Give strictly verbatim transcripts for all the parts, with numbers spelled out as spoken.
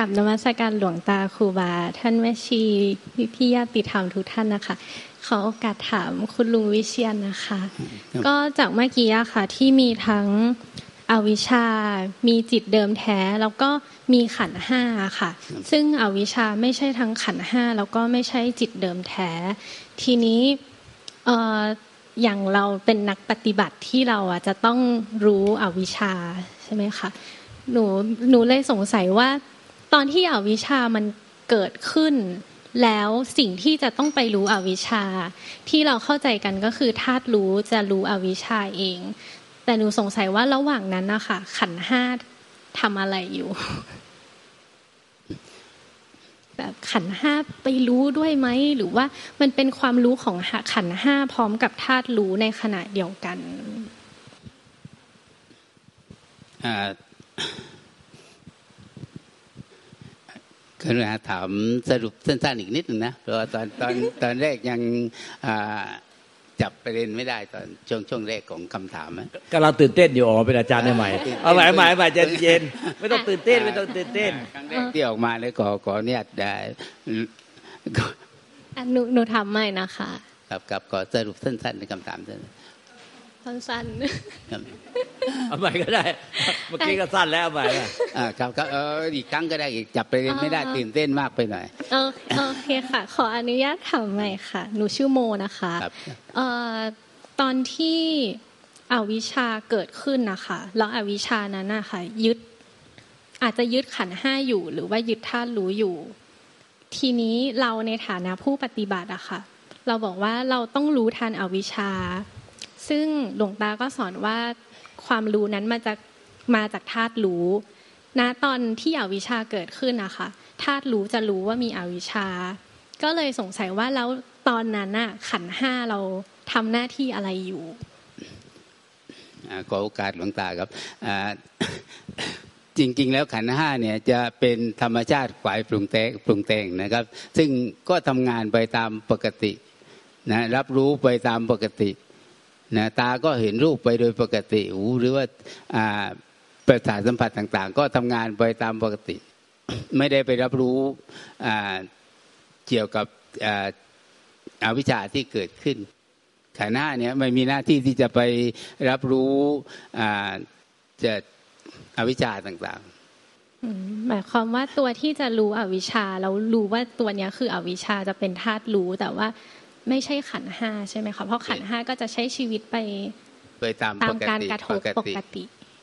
บนมัสการหลวงตาครูบาท่านแม่ชีพี่ญาติธรรมทุกท่านนะคะขอโอกาสถามคุณลุงวิเชียรนะคะก็จากเมื่อกี้อะค่ะที่มีทั้งอวิชชามีจิตเดิมแท้แล้วก็มีขันธ์ห้าค่ะซึ่งอวิชชาไม่ใช่ทั้งขันธ์ห้าแล้วก็ไม่ใช่จิตเดิมแท้ทีนี้เอ่ออย่างเราเป็นนักปฏิบัติที่เราอะจะต้องรู้อวิชชาใช่ไหมคะหนูหนูเลยสงสัยว่าตอนที่อวิชชามันเกิดขึ้นแล้วสิ่งที่จะต้องไปรู้อวิชชาที่เราเข้าใจกันก็คือธาตุรู้จะรู้อวิชชาเองแต่หนูสงสัยว่าระหว่างนั้นนะคะขันธ์ห้าทำอะไรอยู่แบบขันธ์ห้าไปรู้ด้วยไหมหรือว่ามันเป็นความรู้ของขันธ์ห้าพร้อมกับธาตุรู้ในขณะเดียวกันอ่าคือถามสรุปสั้นๆอีกนิดนึงนะเพราะว่าตอนตอนตอนแรกยังจับประเด็นไม่ได้ตอนช่วงช่วงแรกของคำถามกำลังตื่นเต้นอยู่อ๋อเป็นอาจารย์ใหม่เอาใหม่ใหม่ใหม่ใจเย็นไม่ต้องตื่นเต้นไม่ต้องตื่นเต้นครั้งแรกที่ออกมาเลยขอขอเนี่ยได้หนูหนูทำใหม่นะคะครับครับขอสรุปสั้นๆในคำถามสั้นสั้นๆเอาใหม่ก็ได้เมื่อกี้ก็สั้นแล้วเอาใหม่อ่าครับครับเอออีกครั้งก็ได้อีกจับประเด็นไม่ได้ตื่นเต้นมากไปหน่อยเออโอเคค่ะขออนุญาตถามใหม่ค่ะหนูชื่อโมนะคะเอ่อตอนที่อวิชชาเกิดขึ้นนะคะแล้วอวิชชานั้นนะคะยึดอาจจะยึดขันธ์ห้าอยู่หรือว่ายึดธาตุรู้อยู่ทีนี้เราในฐานะผู้ปฏิบัติอะค่ะเราบอกว่าเราต้องรู้ทันอวิชชาซึ่งหลวงตาก็สอนว่าความรู้นั้นมาจากมาจากธาตุรู้ณตอนที่อวิชชาเกิดขึ้นนะคะธาตุรู้จะรู้ว่ามีอวิชชาก็เลยสงสัยว่าแล้วตอนนั้นน่ะขันธ์ห้าเราทำหน้าที่อะไรอยู่ขอโอกาสหลวงตาครับจริงๆแล้วขันธ์ห้าเนี่ยจะเป็นธรรมชาติฝ่ายปรุงแต่งปรุงแต่งนะครับซึ่งก็ทำงานไปตามปกตินะรับรู้ไปตามปกตินะตาก็เห็นรูปไปโดยปกติหูหรือว่าประสาทสัมผัสต่างๆก็ทำงานไปตามปกติไม่ได้ไปรับรู้เกี่ยวกับอวิชชาที่เกิดขึ้นขันธ์ห้าเนี่ยไม่มีหน้าที่ที่จะไปรับรู้จะอวิชชาต่างๆหมายความว่าตัวที่จะรู้อวิชชาแล้วรู้ว่าตัวนี้คืออวิชชาจะเป็นธาตุรู้แต่ว่าไม่ใช่ขันธ์ห้าใช่ไหมคะเพราะขันธ์ห้าก็จะใช้ชีวิตไปไปตามตามการกระทบปกติ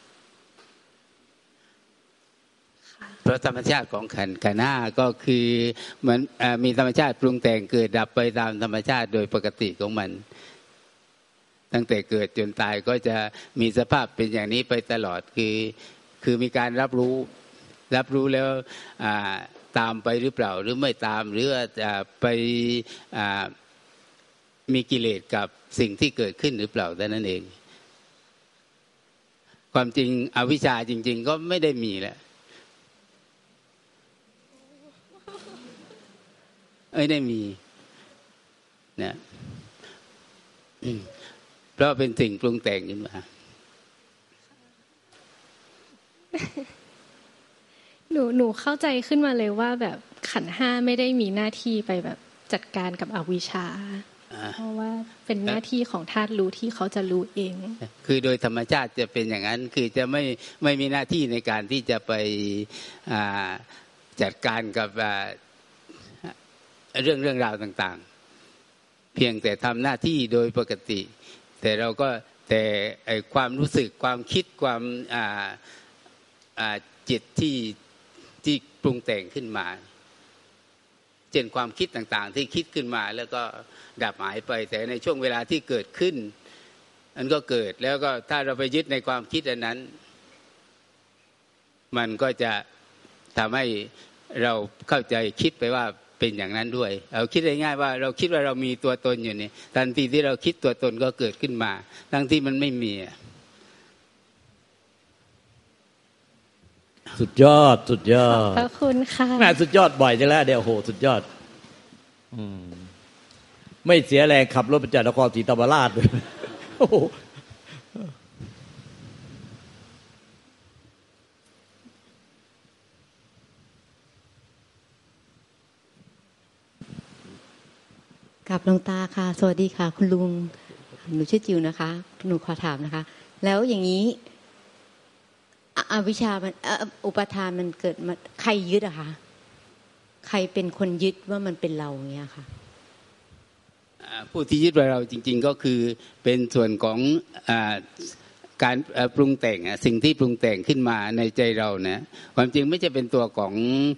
เพราะธรรมชาติของขันธ์ขันธ์ห้าก็คือเหมือนมีธรรมชาติปรุงแต่งเกิดดับไปตามธรรมชาติโดยปกติของมันตั้งแต่เกิดจนตายก็จะมีสภาพเป็นอย่างนี้ไปตลอดคือคือมีการรับรู้รับรู้แล้วตามไปหรือเปล่าหรือไม่ตามหรือจะไปมีกิเลสกับสิ่งที่เกิดขึ้นหรือเปล่าแต่นั้นเองความจริงอวิชชาจริงๆก็ไม่ได้มีแหละไม่ได้มีนะเพราะเป็นสิ่งปรุงแต่งขึ้นมาหนูหนูเข้าใจขึ้นมาเลยว่าแบบขันธ์ห้าไม่ได้มีหน้าที่ไปแบบจัดการกับอวิชชาเพราะว่าเป็นหน้าที่ของธาตุรู้ที่เขาจะรู้เองคือโดยธรรมชาติจะเป็นอย่างนั้นคือจะไม่ไม่มีหน้าที่ในการที่จะไปจัดการกับเรื่องเรื่องราวต่างๆเพียงแต่ทำหน้าที่โดยปกติแต่เราก็แต่ไอความรู้สึกความคิดความอ่าอ่าจิตที่ที่ปรุงแต่งขึ้นมาเช่นความคิดต่างๆที่คิดขึ้นมาแล้วก็ดับหายไปแต่ในช่วงเวลาที่เกิดขึ้นมันก็เกิดแล้วก็ถ้าเราไปยึดในความคิดอันนั้นมันก็จะทำให้เราเข้าใจคิดไปว่าเป็นอย่างนั้นด้วยเอาคิดง่ายๆว่าเราคิดว่าเรามีตัวตนอยู่นี่ทันทีที่เราคิดตัวตนก็เกิดขึ้นมาทั้งที่มันไม่มีสุดยอดสุดยอดขอบคุณค่ะน่าสุดยอดบ่อยจังแล้วเดี๋ยวโหสุดยอดอืมไม่เสียแรงขับรถไปจากนครศรีธรรมราชเลยโอ้โหกับหลวงตาค่ะสวัสดีค่ะคุณลุงหนูชื่อจิวนะคะหนูขอถามนะคะแล้วอย่างนี้อวิชชามันอุปทานมันเกิดมาใครยึดอะคะใครเป็นคนยึดว่ามันเป็นเราเงี้ยค่ะผู้ที่ยึดว่าเราจริงๆก็คือเป็นส่วนของการปรุงแต่งสิ่งที่ปรุงแต่งขึ้นมาในใจเราเนี่ยความจริงไม่ใช่เป็นตัวของ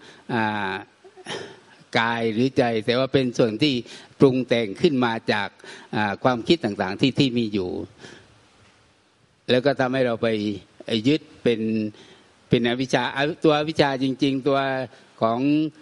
กายหรือใจแต่ว่าเป็นส่วนที่ปรุงแต่งขึ้นมาจากความคิดต่างๆที่ที่มีอยู่แล้วก็ทำให้เราไปยึดเป็นเป็นอวิชชาตัวอวิชชาจริงๆตัวของ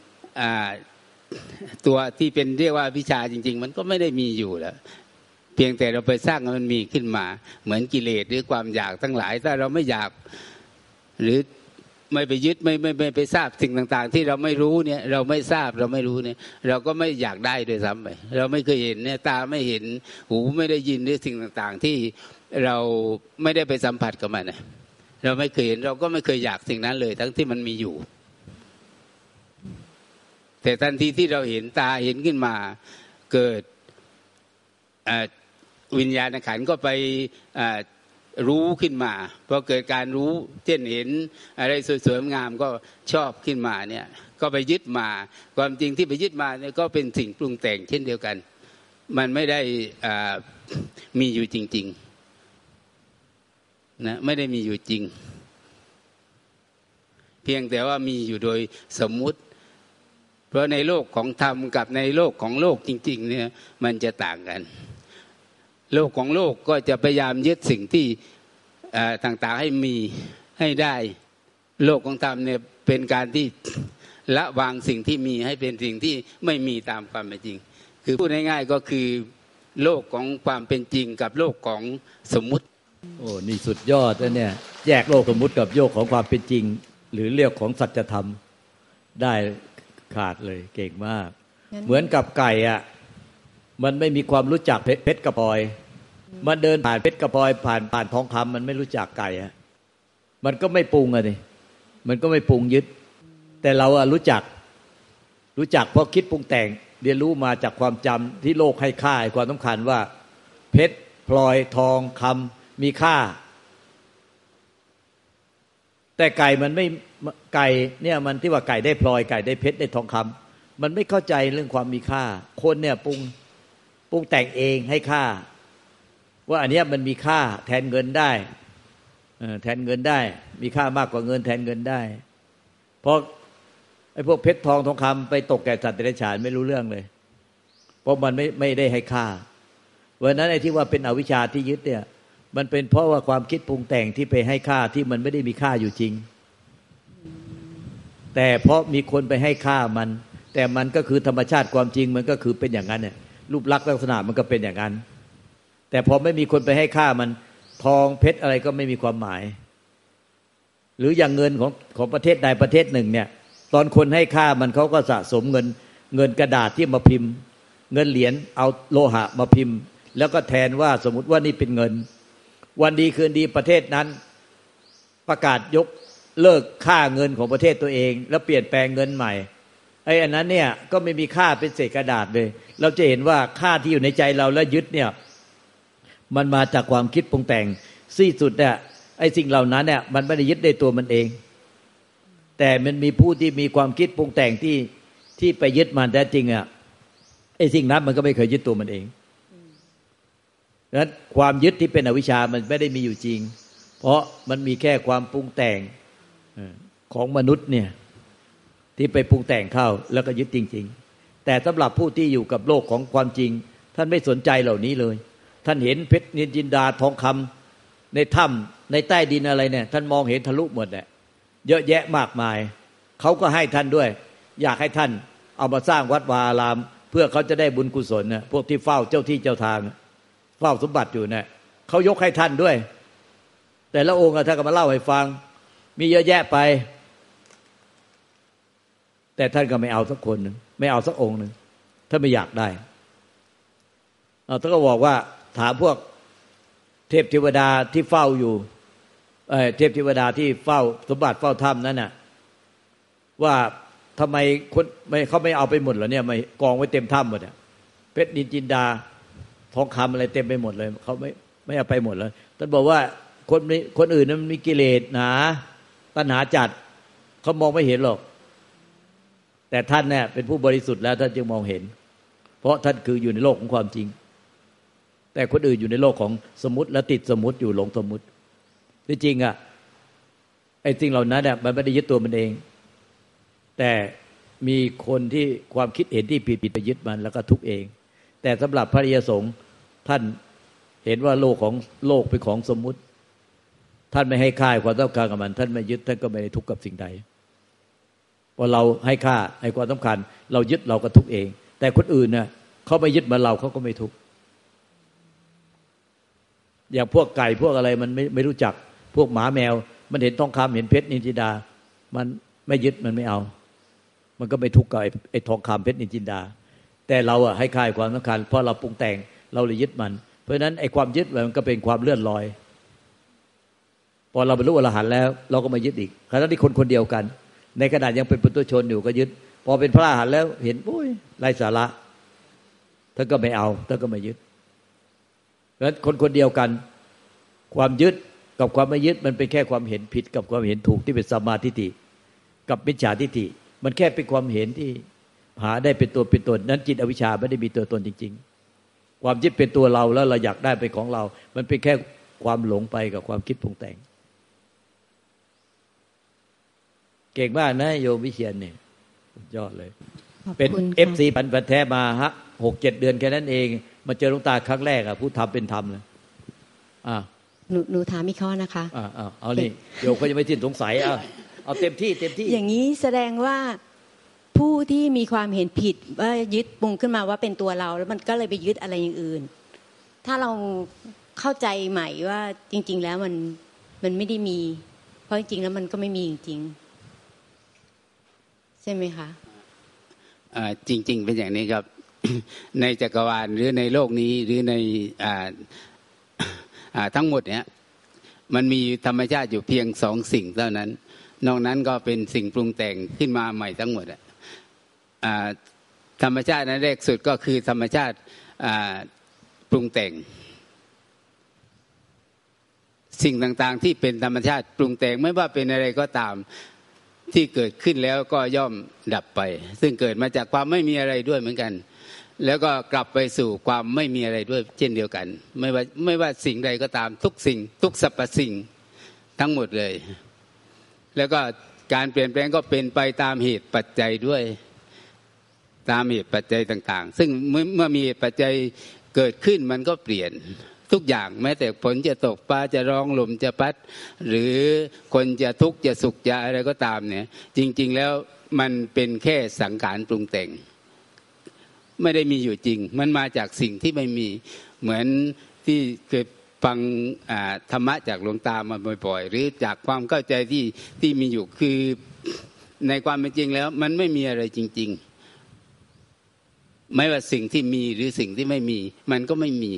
ตัวที่เป็นเรียกว่าวิชาจริงๆมันก็ไม่ได้มีอยู่แล้วเพียงแต่เราไปสร้างให้มันมีขึ้นมาเหมือนกิเลสหรือความอยากทั้งหลายถ้าเราไม่อยากหรือไม่ไปยึดไม่ไม่ไม่ไปทราบสิ่งต่างๆที่เราไม่รู้เนี่ยเราไม่ทราบเราไม่รู้เนี่ยเราก็ไม่อยากได้ด้วยซ้ำไปเราไม่เคยเห็นเนี่ยตาไม่เห็นหูไม่ได้ยินหรือสิ่งต่างๆที่เราไม่ได้ไปสัมผัสกับมันนะเราไม่เคยเห็นเราก็ไม่เคยอยากสิ่งนั้นเลยทั้งที่มันมีอยู่แต่ทันทีที่เราเห็นตาเห็นขึ้นมาเกิดวิญญาณขันธ์ก็ไปรู้ขึ้นมาพอเกิดการรู้เช่นเห็นอะไรสวยๆงามก็ชอบขึ้นมาเนี่ยก็ไปยึดมาความจริงที่ไปยึดมาเนี่ยก็เป็นสิ่งปรุงแต่งเช่นเดียวกันมันไม่ได้มีอยู่จริงๆนะไม่ได้มีอยู่จริงเพียงแต่ว่ามีอยู่โดยสมมุติเพราะในโลกของธรรมกับในโลกของโลกจริงๆเนี่ยมันจะต่างกันโลกของโลกก็จะพยายามยึดสิ่งที่ต่างๆให้มีให้ได้โลกของธรรมเนี่ยเป็นการที่ละวางสิ่งที่มีให้เป็นสิ่งที่ไม่มีตามความเป็นจริงคือพูดง่ายๆก็คือโลกของความเป็นจริงกับโลกของสมมุติโอ้นี่สุดยอดนะเนี่ยแยกโลกสมมุติกับโลกของความเป็นจริงหรือเรื่องของสัจธรรมได้ขาดเลยเก่งมากเหมือนกับไก่อ่ะมันไม่มีความรู้จักเพชรกระพลอยมันเดินผ่านเพชรกระพลอยผ่านผ่านทองคำมันไม่รู้จักไก่อ่ะมันก็ไม่ปรุงอ่ะดิมันก็ไม่ปรุงยึดแต่เราอ่ะรู้จักรู้จักเพราะคิดปรุงแต่งเรียนรู้มาจากความจำที่โลกให้ค่าความสำคัญว่าเพชรพลอยทองคำมีค่าแต่ไก่มันไม่ไก่เนี่ยมันที่ว่าไก่ได้พลอยไก่ได้เพชรได้ทองคำมันไม่เข้าใจเรื่องความมีค่าคนเนี่ยปรุงปรุงแต่งเองให้ค่าว่าอันนี้มันมีค่าแทนเงินได้แทนเงินได้มีค่ามากกว่าเงินแทนเงินได้เพราะไอ้พวกเพชรทองทองคำไปตกแก่สัตว์เดรัจฉานไม่รู้เรื่องเลยเพราะมันไม่ไม่ได้ให้ค่าวันนั้นไอ้ที่ว่าเป็นอวิชชาที่ยึดเนี่ยมันเป็นเพราะว่าความคิดปรุงแต่งที่ไปให้ค่าที่มันไม่ได้มีค่าอยู่จริงแต่เพราะมีคนไปให้ค่ามันแต่มันก็คือธรรมชาติความจริงมันก็คือเป็นอย่างนั้นเนี่ยรูปลักษณ์ลักษณะมันก็เป็นอย่างนั้นแต่พอไม่มีคนไปให้ค่ามันทองเพชรอะไรก็ไม่มีความหมายหรืออย่างเงินของของประเทศใดประเทศหนึ่งเนี่ยตอนคนให้ค่ามันเขาก็สะสมเงินเงินกระดาษที่มาพิมพ์เงินเหรียญเอาโลหะมาพิมพ์แล้วก็แทนว่าสมมุติว่านี่เป็นเงินวันดีคืนดีประเทศนั้นประกาศยกเลิกค่าเงินของประเทศตัวเองแล้วเปลี่ยนแปลงเงินใหม่ไอ้อันนั้นเนี่ยก็ไม่มีค่าเป็นเศษกระดาษเลยเราจะเห็นว่าค่าที่อยู่ในใจเราและยึดเนี่ยมันมาจากความคิดปรุงแต่งสิ้นสุดเนี่ยไอ้สิ่งเหล่านั้นเนี่ยมันไม่ได้ยึดในตัวมันเองแต่มันมีผู้ที่มีความคิดปรุงแต่งที่ที่ไปยึดมันแต่จริงอ่ะไอ้สิ่งนั้นมันก็ไม่เคยยึดตัวมันเองดังนั้นความยึดที่เป็นอวิชชามันไม่ได้มีอยู่จริงเพราะมันมีแค่ความปรุงแต่งของมนุษย์เนี่ยที่ไปปรุงแต่งเข้าแล้วก็ยึดจริงๆแต่สำหรับผู้ที่อยู่กับโลกของความจริงท่านไม่สนใจเหล่านี้เลยท่านเห็นเพชรนินจินดาทองคำในถ้ำในใต้ดินอะไรเนี่ยท่านมองเห็นทะลุหมดแหละเยอะแยะมากมายเขาก็ให้ท่านด้วยอยากให้ท่านเอามาสร้างวัดวาอารามเพื่อเขาจะได้บุญกุศลนะพวกที่เฝ้าเจ้าที่เจ้าทางเฝ้าสมบัติอยู่เนี่ยเขายกให้ท่านด้วยแต่ละองค์ท่านก็มาเล่าให้ฟังมีเยอะแยะไปแต่ท่านก็ไม่เอาสักคนหนึ่งไม่เอาสักองค์หนึ่งท่านไม่อยากได้เอาท่านก็บอกว่าถามพวกเทพเทวดาที่เฝ้าอยู่เอ่อเทพเทวดาที่เฝ้าสมบัติเฝ้าถ้ำนั้นน่ะว่าทำไมคนไม่เขาไม่เอาไปหมดเหรอเนี่ยไม่กองไว้เต็มถ้ำหมดอ่ะเพชรนินจินดาทองคำอะไรเต็มไปหมดเลยเขาไม่ไม่เอาไปหมดเลยท่านบอกว่าคนคนอื่นนั้นมีกิเลสหนาตัณหาจัดเขามองไม่เห็นหรอกแต่ท่านเนี่ยเป็นผู้บริสุทธิ์แล้วท่านจึงมองเห็นเพราะท่านคืออยู่ในโลกของความจริงแต่คนอื่นอยู่ในโลกของสมมติและติดสมมติอยู่หลงสมมติที่จริงอ่ะไอ้สิ่งเหล่านั้นเนี่ยมันไม่ได้ยึดตัวมันเองแต่มีคนที่ความคิดเห็นที่ผิดๆไปยึดมันแล้วก็ทุกข์เองแต่สำหรับพระอริยสงฆ์ท่านเห็นว่าโลกของโลกเป็นของสมมุติท่านไม่ให้ค่าความต้องการกับมันท่านไม่ยึดท่านก็ไม่ได้ทุกข์กับสิ่งใดพอเราให้ค่าให้ความสำคัญเรายึดเราก็ทุกข์เองแต่คนอื่นเนี่ยเขาไม่ยึดเหมือนเราเขาก็ไม่ทุกข์อย่างพวกไก่พวกอะไรมันไม่ไม่รู้จักพวกหมาแมวมันเห็นทองคำเห็นเพชรนินจินดามันไม่ยึดมันไม่เอามันก็ไม่ทุกข์กับไอ้ทองคำเพชรนินจินดาแต่เราอะให้ค่าความสำคัญเพราะเราปรุงแต่งเราเลยยึดมันเพราะฉะนั้นไอ้ความยึดมันก็เป็นความเลื่อนลอยพอเราบรรลุอรหันต์แล้วเราก็มายึดอีกขณะที่คนคนเดียวกันในขณะยังเป็นปุถุชนอยู่ก็ยึดพอเป็นพระอรหันต์แล้วเห็นโอ้ยไร้สาระท่านก็ไม่เอาท่านก็ไม่ยึดเพราะฉะนั้นคนคนเดียวกันความยึดกับความไม่ยึดมันเป็นแค่ความเห็นผิดกับความเห็นถูกที่เป็นสัมมาทิฏฐิกับมิจฉาทิฏฐิมันแค่เป็นความเห็นที่หาได้เป็นตัวเป็นตนนั้นจิตอวิชชาไม่ได้มีตัวตนจริงๆความยึดเป็นตัวเราแล้วเราอยากได้เป็นของเรามันเป็นแค่ความหลงไปกับความคิดปรุงแต่งเก่งมากนะโยมวิเชียรเนี่ยยอดเลยเป็น เอฟ ซี พันธุ์แท้มาฮะ หกเจ็ด เดือนแค่นั้นเองมาเจอหลวงตาครั้งแรกอ่ะผู้ทำเป็นธรรมเลยอ่าหนูหนูถามอีกข้อนะคะอ่าอ่าเอานี่โยมก็ยังไม่สิ้นสงสัยอ่ะเอาเต็มที่เต็มที่อย่างนี้แสดงว่าผู้ที่มีความเห็นผิดว่ายึดปรุงขึ้นมาว่าเป็นตัวเราแล้วมันก็เลยไปยึดอะไรอย่างอื่นถ้าเราเข้าใจใหม่ว่าจริงๆแล้วมันมันไม่ได้มีเพราะจริงๆแล้วมันก็ไม่มีจริงๆใช่ไหมคะอ่าจริงๆเป็นอย่างนี้ครับ ในจักรวาลหรือในโลกนี้หรือในอ่าอ่าทั้งหมดเนี้ยมันมีธรรมชาติอยู่เพียงสองสิ่งเท่านั้นนอกนั้นก็เป็นสิ่งปรุงแต่งขึ้นมาใหม่ทั้งหมดอ่ะธรรมชาตินั้นแรกสุดก็คือธรรมชาติปรุงแต่งสิ่งต่างๆที่เป็นธรรมชาติปรุงแต่งไม่ว่าเป็นอะไรก็ตามที่เกิดขึ้นแล้วก็ย่อมดับไปซึ่งเกิดมาจากความไม่มีอะไรด้วยเหมือนกันแล้วก็กลับไปสู่ความไม่มีอะไรด้วยเช่นเดียวกันไม่ว่าไม่ว่าสิ่งใดก็ตามทุกสิ่งทุกสรรพสิ่งทั้งหมดเลยแล้วก็การเปลี่ยนแปลงก็เป็นไปตามเหตุปัจจัยด้วยตามเหตุปัจจัยต่างๆซึ่งเมื่อเมื่อมีเหตุปัจจัยเกิดขึ้นมันก็เปลี่ยนทุกอย่างแม้แต่ฝนจะตกฟ้าจะร้องลมจะพัดหรือคนจะทุกข์จะสุขจะอะไรก็ตามเนี่ยจริงๆแล้วมันเป็นแค่สังขารปรุงแต่งไม่ได้มีอยู่จริงมันมาจากสิ่งที่ไม่มีเหมือนที่เคยฟังธรรมะจากหลวงตามาบ่อยๆหรือจากความเข้าใจที่ที่มีอยู่คือในความเป็นจริงแล้วมันไม่มีอะไรจริงๆไม่ว่าสิ่งที่มีหรือสิ่งที่ไม่มีมันก็ไม่มี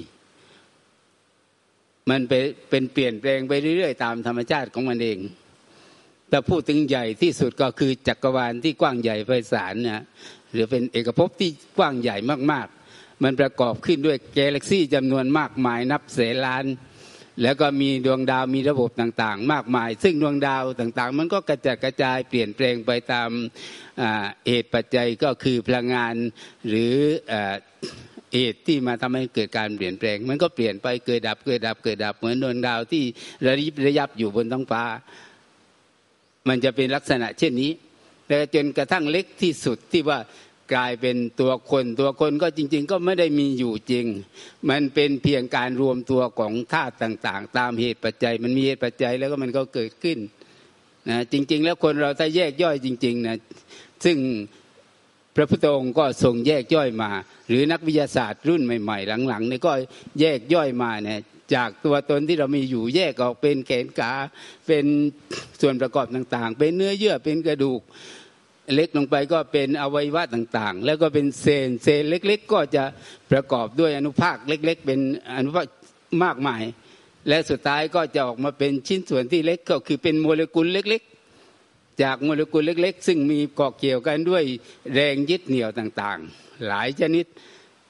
มันเป็นเปลี่ยนแปลงไปเรื่อยๆตามธรรมชาติของมันเองแต่พูดถึงใหญ่ที่สุดก็คือจักรวาลที่กว้างใหญ่ไพศาลนะหรือเป็นเอกภพที่กว้างใหญ่มากๆมันประกอบขึ้นด้วยกาแล็กซี่จำนวนมากมายนับแสนล้านแล้วก็มีดวงดาวมีระบบต่างๆมากมายซึ่งดวงดาวต่างๆมันก็กระจัดกระจายเปลี่ยนแปลงไปตามเหตุปัจจัยก็คือพลังงานหรือเหตุที่มาทำให้เกิดการเปลี่ยนแปลงมันก็เปลี่ยนไปเกิดดับเกิดดับเกิดดับเหมือนดวงดาวที่ระยิบระยับอยู่บนท้องฟ้ามันจะเป็นลักษณะเช่นนี้แต่จนกระทั่งเล็กที่สุดที่ว่ากลายเป็นตัวคนตัวคนก็จริงๆก็ไม่ได้มีอยู่จริงมันเป็นเพียงการรวมตัวของธาตุต่างๆตามเหตุปัจจัยมันมีเหตุปัจจัยแล้วก็มันก็เกิดขึ้นนะจริงๆแล้วคนเราถ้าแยกย่อยจริงๆนะซึ่งพระพุทธองค์ก็ทรงแยกย่อยมาหรือนักวิทยาศาสตร์รุ่นใหม่ๆหลังๆนี่ก็แยกย่อยมาเนี่ยจากตัวตนที่เรามีอยู่แยกออกเป็นแขนขาเป็นส่วนประกอบต่างๆเป็นเนื้อเยื่อเป็นกระดูกเล็กลงไปก็เป็นอวัยวะต่างๆแล้วก็เป็นเซลล์เซลล์เล็กๆก็จะประกอบด้วยอนุภาคเล็กๆเป็นอนุภาคมากมายและสุดท้ายก็จะออกมาเป็นชิ้นส่วนที่เล็กก็คือเป็นโมเลกุลเล็กๆจากโมเลกุลเล็กๆซึ่งมีเกาะเกี่ยวกันด้วยแรงยึดเหนี่ยวต่างๆหลายชนิด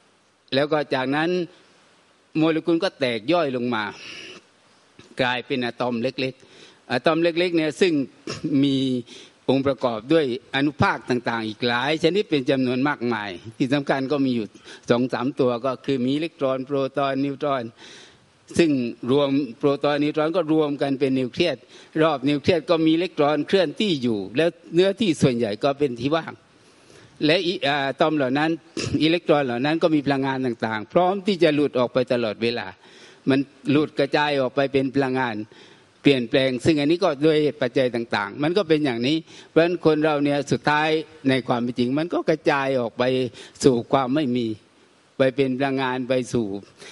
แล้วก็จากนั้นโมเลกุลก็แตกย่อยลงมากลายเป็นอะตอมเล็กๆอะตอมเล็กๆเนี่ยซึ่งมีองค์ประกอบด้วยอนุภาคต่างๆอีกหลายชนิดเป็นจำนวนมากมายที่สำคัญก็มีอยู่ สองสาม ตัวก็คือมีอิเล็กตรอนโปรตอนนิวตรอนซึ่งรวมโปรตอนนิวตรอนก็รวมกันเป็นนิวเคลียสรอบนิวเคลียสก็มีอิเล็กตรอนเคลื่อนที่อยู่แล้วเนื้อที่ส่วนใหญ่ก็เป็นที่ว่างและอะตอมเหล่านั้นอิเล็กตรอนเหล่านั้นก็มีพลังงานต่างๆพร้อมที่จะหลุดออกไปตลอดเวลามันหลุดกระจายออกไปเป็นพลังงานเปลี่ยนแปลงซึ่งอันนี้ก็ด้วยปัจจัยต่างๆมันก็เป็นอย่างนี้เพราะฉะนั้นคนเราเนี่ยสุดท้ายในความเป็นจริงมันก็กระจายออกไปสู่ความไม่มีไปเป็นพลังงานไปสู่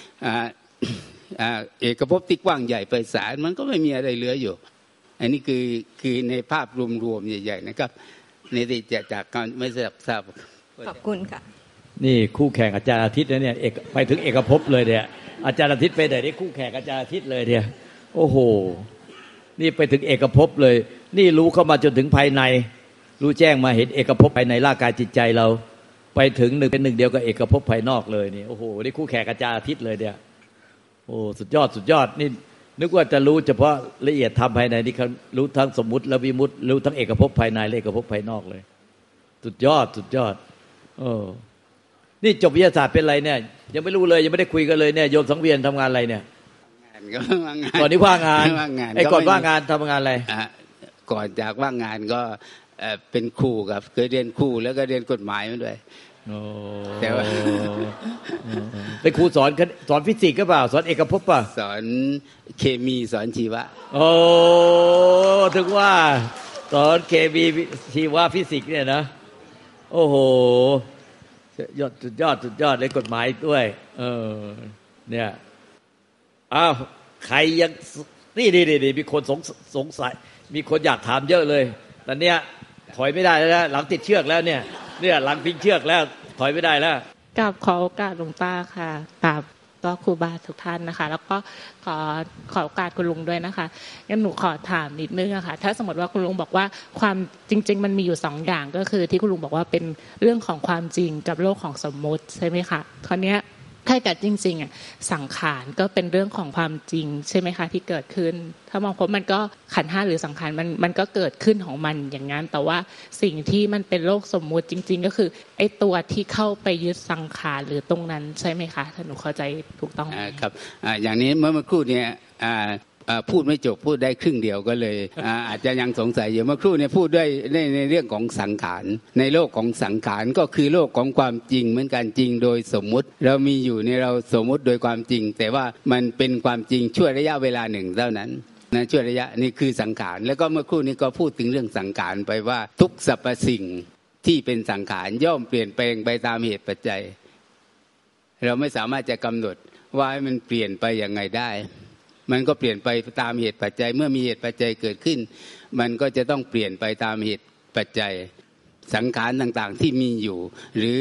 เอกภพที่กว้างใหญ่ไพศาลมันก็ไม่มีอะไรเหลืออยู่อันนี้คือคือในภาพรวมๆใหญ่ๆนะครับในที่จะจากการไม่ทราบทราบขอบคุณค่ะนี่คู่แข่งอาจารย์อาทิตย์นะเนี่ยไปถึงเอกภพเลยเนี่ยอาจารย์อาทิตย์ไปไหนนี่คู่แข่งอาจารย์อาทิตย์เลยเนี่ยโอ้โหนี่ไปถึงเอกภพเลยนี่รู้เข้ามาจนถึงภายในรู้แจ้งมาเห็นเอกภพภายในร่างกายจิตใจเราไปถึงหนึ่งเป็นหนึ่งเดียวกับเอกภพภายนอกเลยนี่โอ้โหนี่คู่แข่งอาจารย์อาทิตย์เลยเนี่ยโอ้สุดยอดสุดยอดนี่นึกว่าจะรู้เฉพาะละเอียดธรรมภายในนี่เขารู้ทั้งสมมุติและวิมุตติรู้ทั้งเอกภพภายในและเอกภพภายนอกเลยสุดยอดสุดยอดเออนี่จบวิทยาศาสตร์เป็นอะไรเนี่ยยังไม่รู้เลยยังไม่ได้คุยกันเลยเนี่ยโยมสังเวียนทำงานอะไรเนี่ยก่อนนี้ว่างงานไอ้ก่อนว่างงานทำงานอะไรก่อนจากว่างงานก็เป็นครูครับเคยเรียนครูแล้วก็เรียนกฎหมายมาด้วยแต่ว่าเป็นครูสอนสอนฟิสิกส์ก็เปล่าสอนเอกภพป่ะสอนเคมีสอนชีวะโอ้ถึงว่าสอนเคมีชีวะฟิสิกส์เนี่ยนะโอ้โหยอดสุดยอดสุดยอดเลยกฎหมายด้วยเออเนี่ยอ้าวใครยังนี่นี่นี่มีคนสงสงสัยมีคนอยากถามเยอะเลยตอนเนี้ยถอยไม่ได้แล้วนะหลังติดเชือกแล้วเนี่ยเนี่ยหลังพิงเชือกแล้วถอยไม่ได้แล้วกราบขอโอกาสหลวงตาค่ะกราบก็ครูบาทุกท่านนะคะแล้วก็ขอขอโอกาสคุณลุงด้วยนะคะงั้นหนูขอถามนิดนึงอะค่ะถ้าสมมติว่าคุณลุงบอกว่าความจริงๆมันมีอยู่สองอย่างก็คือที่คุณลุงบอกว่าเป็นเรื่องของความจริงกับโลกของสมมติใช่ไหมคะคราวเนี้ยถ้าเกิดจริงๆอ่ะสังขารก็เป็นเรื่องของความจริงใช่ไหมคะที่เกิดขึ้นถ้ามองพบมันก็ขันธ์ห้าหรือสังขารมันมันก็เกิดขึ้นของมันอย่างนั้นแต่ว่าสิ่งที่มันเป็นโลกสมมุติจริงๆก็คือไอ้ตัวที่เข้าไปยึดสังขารหรือตรงนั้นใช่ไหมคะถ้าหนูเข้าใจถูกต้องครับอย่างนี้เมื่อเมื่อครู่เนี่ยพูดไม่จบพูดได้ครึ่งเดียวก็เลย อาจจะยังสงสัยอยู่เมื่อครู่เนี่ยพูดด้วยในในเรื่องของสังขารในโลกของสังขารก็คือโลกของความจริงเหมือนกันจริงโดยสมมุติเรามีอยู่ในเราสมมุติโดยความจริงแต่ว่ามันเป็นความจริงชั่วระยะเวลาหนึ่งเท่านั้นนะชั่วระยะนี่คือสังขารแล้วก็เมื่อครู่นี้ก็พูดถึงเรื่องสังขารไปว่าทุกสรรพสิ่งที่เป็นสังขารย่อมเปลี่ยนแปลงไปตามเหตุปัจจัยเราไม่สามารถจะกำหนดว่ามันเปลี่ยนไปยังไงได้มันก็เปลี่ยนไปตามเหตุปัจจัยเมื่อมีเหตุปัจจัยเกิดขึ้นมันก็จะต้องเปลี่ยนไปตามเหตุปัจจัยสังขารต่างๆที่มีอยู่หรือ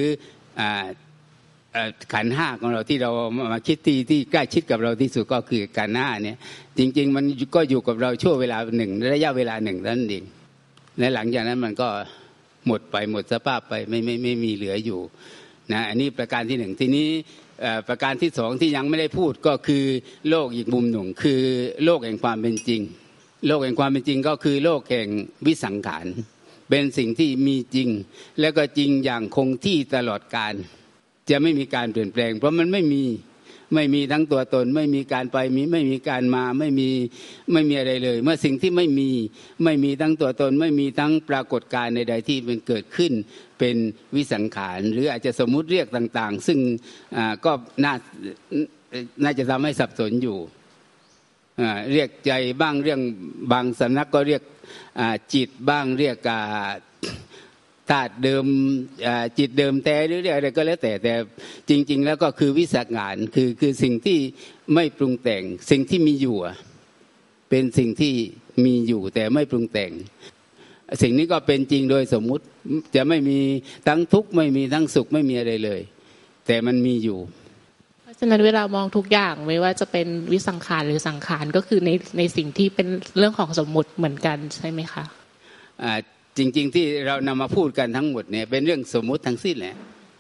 ขันธ์ห้าของเราที่เรามาคิดที่ที่ใกล้ชิดกับเราที่สุดก็คือขันธ์ห้าเนี่ยจริงๆมันก็อยู่กับเราช่วงเวลาหนึ่งระยะเวลาหนึ่งนั่นเองและหลังจากนั้นมันก็หมดไปหมดสภาพไปไม่ไม่ไม่มีเหลืออยู่นะอันนี้ประการที่หนึ่งทีนี้ประการที่สองที่ยังไม่ได้พูดก็คือโลกอีกมุมหนึ่งคือโลกแห่งความเป็นจริงโลกแห่งความเป็นจริงก็คือโลกแห่งวิสังขารเป็นสิ่งที่มีจริงแล้วก็จริงอย่างคงที่ตลอดกาลจะไม่มีการเปลี่ยนแปลงเพราะมันไม่มีไม่มีทั้งตัวตนไม่มีการไปมีไม่มีการมาไม่มีไม่มีอะไรเลยเมื่อสิ่งที่ไม่มีไม่มีทั้งตัวตนไม่มีทั้งปรากฏการณ์ใดๆที่มันเกิดขึ้นเป็นวิสังขารหรืออาจจะสมมุติเรียกต่างๆซึ่งก็น่าน่าจะทำให้สับสนอยู่เรียกใจบ้างเรื่องบางสำนักก็เรียกจิตบ้างเรียกธาตุเดิมจิตเดิมแท้หรืออะไรก็แล้วแต่แต่จริงๆแล้วก็คือวิสังขารคือคือสิ่งที่ไม่ปรุงแต่งสิ่งที่มีอยู่เป็นสิ่งที่มีอยู่แต่ไม่ปรุงแต่งสิ่งนี้ก็เป็นจริงโดยสมมุติจะไม่มีทั้งทุกข์ไม่มีทั้งสุขไม่มีอะไรเลยแต่มันมีอยู่เพราะฉะนั้นเวลามองทุกอย่างไม่ว่าจะเป็นวิสังขารหรือสังขารก็คือในในสิ่งที่เป็นเรื่องของสมมุติเหมือนกันใช่ไหมคะจริงๆที่เรานำมาพูดกันทั้งหมดเนี่ยเป็นเรื่องสมมุติทั้งสิ้นแหละ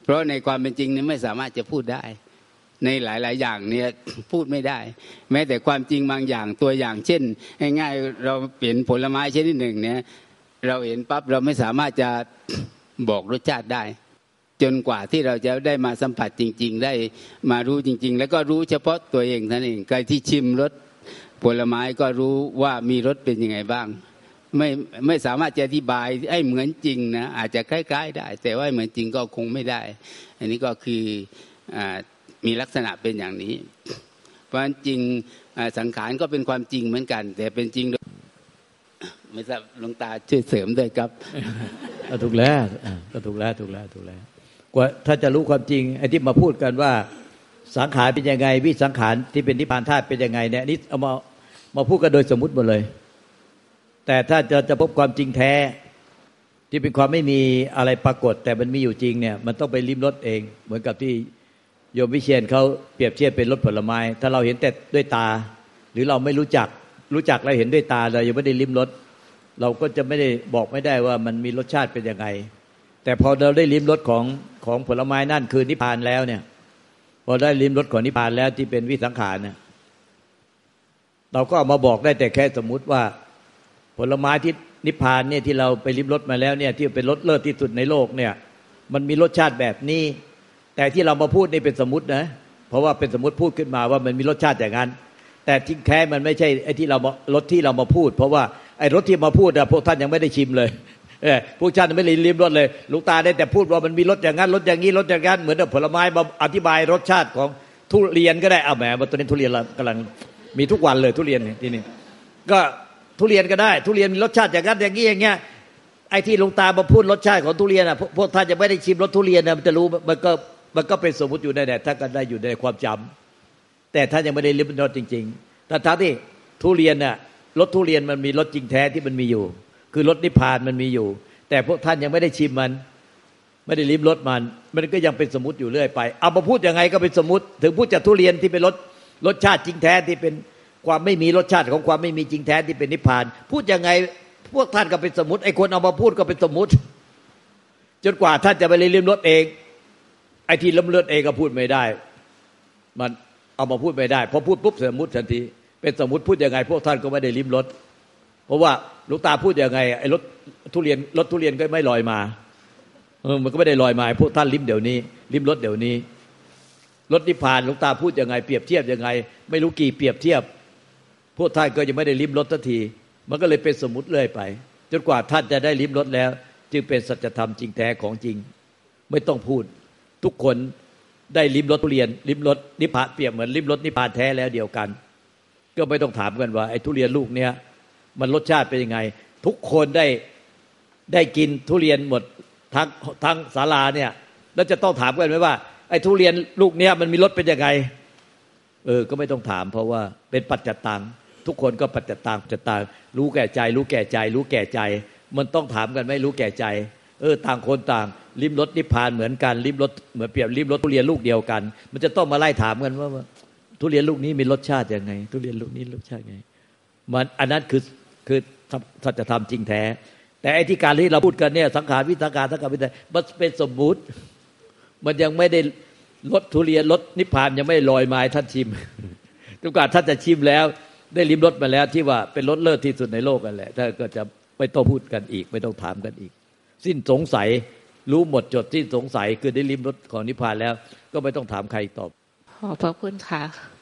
เพราะในความเป็นจริงนี่ไม่สามารถจะพูดได้ในหลายๆอย่างเนี่ยพูดไม่ได้แม้แต่ความจริงบางอย่างตัวอย่างเช่นง่ายๆเราเปลี่ยนผลไม้ชนิดหนึ่งเนี่ยเราเห็นปั๊บเราไม่สามารถจะบอกรสชาติได้จนกว่าที่เราจะได้มาสัมผัสจริงๆได้มารู้จริงๆแล้วก็รู้เฉพาะตัวเองเท่านั้นเองใครที่ชิมรสผลไม้ก็รู้ว่ามีรสเป็นยังไงบ้างไม่ไม่สามารถจะอธิบายให้เหมือนจริงนะอาจจะคล้ายๆได้แต่ว่าเหมือนจริงก็คงไม่ได้อันนี้ก็คืออ่ามีลักษณะเป็นอย่างนี้เพราะฉะนั้นจริงสังขารก็เป็นความจริงเหมือนกันแต่เป็นจริงไม่ทราบหลวงตาช่วยเสริมด้วยครับถูกแล้วก็ถูกแล้วถูกแล้วถูกแล้วกว่าถ้าจะรู้ความจริงไอ้ที่มาพูดกันว่าสังขารเป็นยังไงวิสังขารที่เป็นนิพพานธาตุเป็นยังไงเนี่ยนี่เอามามาพูดกันโดยสมมุติหมดเลยแต่ถ้าจะจะพบความจริงแท้ที่เป็นความไม่มีอะไรปรากฏแต่มันมีอยู่จริงเนี่ยมันต้องไปลิ้มรสเองเหมือนกับที่โยมวิเชียรเขาเปรียบเทียบเป็นรสผลไม้ถ้าเราเห็นแต่ด้วยตาหรือเราไม่รู้จักรู้จักแล้วเห็นด้วยตาเรายังไม่ได้ลิ้มรสเราก็จะไม่ได้บอกไม่ได้ว่ามันมีรสชาติเป็นยังไงแต่พอเราได้ลิ้มรสของของผลไม้นั่นคือนิพพานแล้วเนี่ยพอได้ลิ้มรสของนิพพานแล้วที่เป็นวิสังขารเนี่ยเราก็เอามาบอกได้แต่แค่สมมุติว่าผลไม้ที่นิพพานเนี่ยที่เราไปลิ้มรสมาแล้วเนี่ยที่เป็นรสเลิศที่สุดในโลกเนี่ยมันมีรสชาติแบบนี้แต่ที่เรามาพูดนี่เป็นสมมุตินะเพราะว่าเป็นสมมุติพูดขึ้นมาว่ามันมีรสชาติอย่างนั้นแต่จริงแท้มันไม่ใช่ไอ้ที่เรารสที่เรามาพูดเพราะว่าไอ้รสที่มาพูดอะพวกท่านยังไม่ได้ชิมเลยเออพวกท่านไม่ได้ลิ้มรสเลยหลวงตาได้แต่พูดว่ามันมีรสอย่างนั้นรสอย่างนี้รสอย่างนั้นเหมือนกับผลไม้มาอธิบายรสชาติของทุเรียนก็ได้เอาแหมตอนนี้ทุเรียนกำลังมีทุกวันเลยทุเรียนที่นี่ก็ทุเรียนก็ได้ทุเรียนมีรสชาติอย่างนั้นอย่างนี้อย่างเงี้ยไอ้ที่หลวงตามาพูดรสชาติของทุเรียนอะพวกท่านจะไม่ได้ชิมรสทุเรียนนะมันจะรู้มันก็มันก็เป็นสมมุติอยู่ในแต่ถ้ากันได้อยู่ในความจำแต่ถ้ายังไม่ได้ลิ้มรสจริงๆแต่ทั้งที่ทุเรียนน่ะรสทุเรียนมันมีรสจริงแท้ที่มันมีอยู่คือรสนิพพานมันมีอยู่แต่พวกท่านยังไม่ได้ชิมมันไม่ได้ลิ้มรสมันมันก็ยังเป็นสมมุติอยู่เรื่อยไปเอามาพูดยังไงก็เป็นสมมุติถึงพูดจากทุเรียนที่เป็นรสรสชาติจริงแท้ที่เป็นความไม่มีรสชาติของความไม่มีจริงแท้ที่เป็นนิพพานพูดยังไงพวกท่านก็เป็นสมมุติไอ้คนเอามาพูดก็เป็นสมมุติจนกว่าท่านจะไปลิ้มรสเองไอ้ที่ลิ้มรสเองก็พูดไม่ได้มันเอามาพูดไม่ได้พอพูดปุ๊บสมมุติทันทีเป็นสมมุติพูดยังไงพวกท่านก็ไม่ได้ลิ้มรสเพราะว่าหลวงตาพูดยังไงไอ้รสทุเรียนรสทุเรียนก็ไม่ลอยมาเออมันก็ไม่ได้ลอยมาพวกท่านลิ้มเดี๋ยวนี้ลิ้มรสเดี๋ยวนี้รสนิพพานหลวงตาพูดยังไงเปรียบเทียบยังไงไม่รู้กี่เปรียบเทียบพวกท่านก็ยังไม่ได้ลิ้มรสสักทีมันก็เลยเป็นสมมุติเรื่อยไปจนกว่าท่านจะได้ลิ้มรสแล้วจึงเป็นสัจธรรมจริงแท้ของจริงไม่ต้องพูดทุกคนได้ลิ้มรสทุเรียนลิ้มรสนิพพานเปรียบเหมือนลิ้มรสนิพพานแท้แล้วเดียวกันก็ไม่ต้องถามกันว่าไอ้ทุเรียนลูกเนี้ยมันรสชาติเป็นยังไงทุกคนได้ได้กินทุเรียนหมดทั้งทั้งศาลาเนี่ยแล้วจะต้องถามกันไหมว่าไอ้ทุเรียนลูกเนี้ยมันมีรสเป็นยังไงเออก็ไม่ต้องถามเพราะว่าเป็นปัจจตังทุกคนก็ปัจจตังปัจจตังรู้แก่ใจรู้แก่ใจรู้แก่ใจมันต้องถามกันไหมรู้แก่ใจเออต่างคนต่างลิ้มรสนิพพานเหมือนกันลิ้มรสเหมือนเปรียบลิ้มรสทุเรียนลูกเดียวกันมันจะต้องมาไล่ถามกันว่าทุเรียนลูกนี้มีรสชาติยังไงทุเรียนลูกนี้รสชาติไงมันอันนั้นคือคือสัจธรรมจริงแท้แต่ไอ้ที่การที่เราพูดกันเนี่ยสังขารวิสังขารสังขารวิสังขารมันเป็นสมมุติมันยังไม่ได้รสทุเรียนรสนิพพานยังไม่ลอยมาท่านชิมทุกการท่านจะชิมแล้วได้ลิ้มรสมาแล้วที่ว่าเป็นรสเลิศที่สุดในโลกกันแหละถ้าก็จะไม่ต้องพูดกันอีกไม่ต้องถามกันอีกสิ้นสงสัยรู้หมดจดสิ้นสงสัยคือได้ลิ้มรสของนิพพานแล้วก็ไม่ต้องถามใครตอบขอบพระคุณค่ะ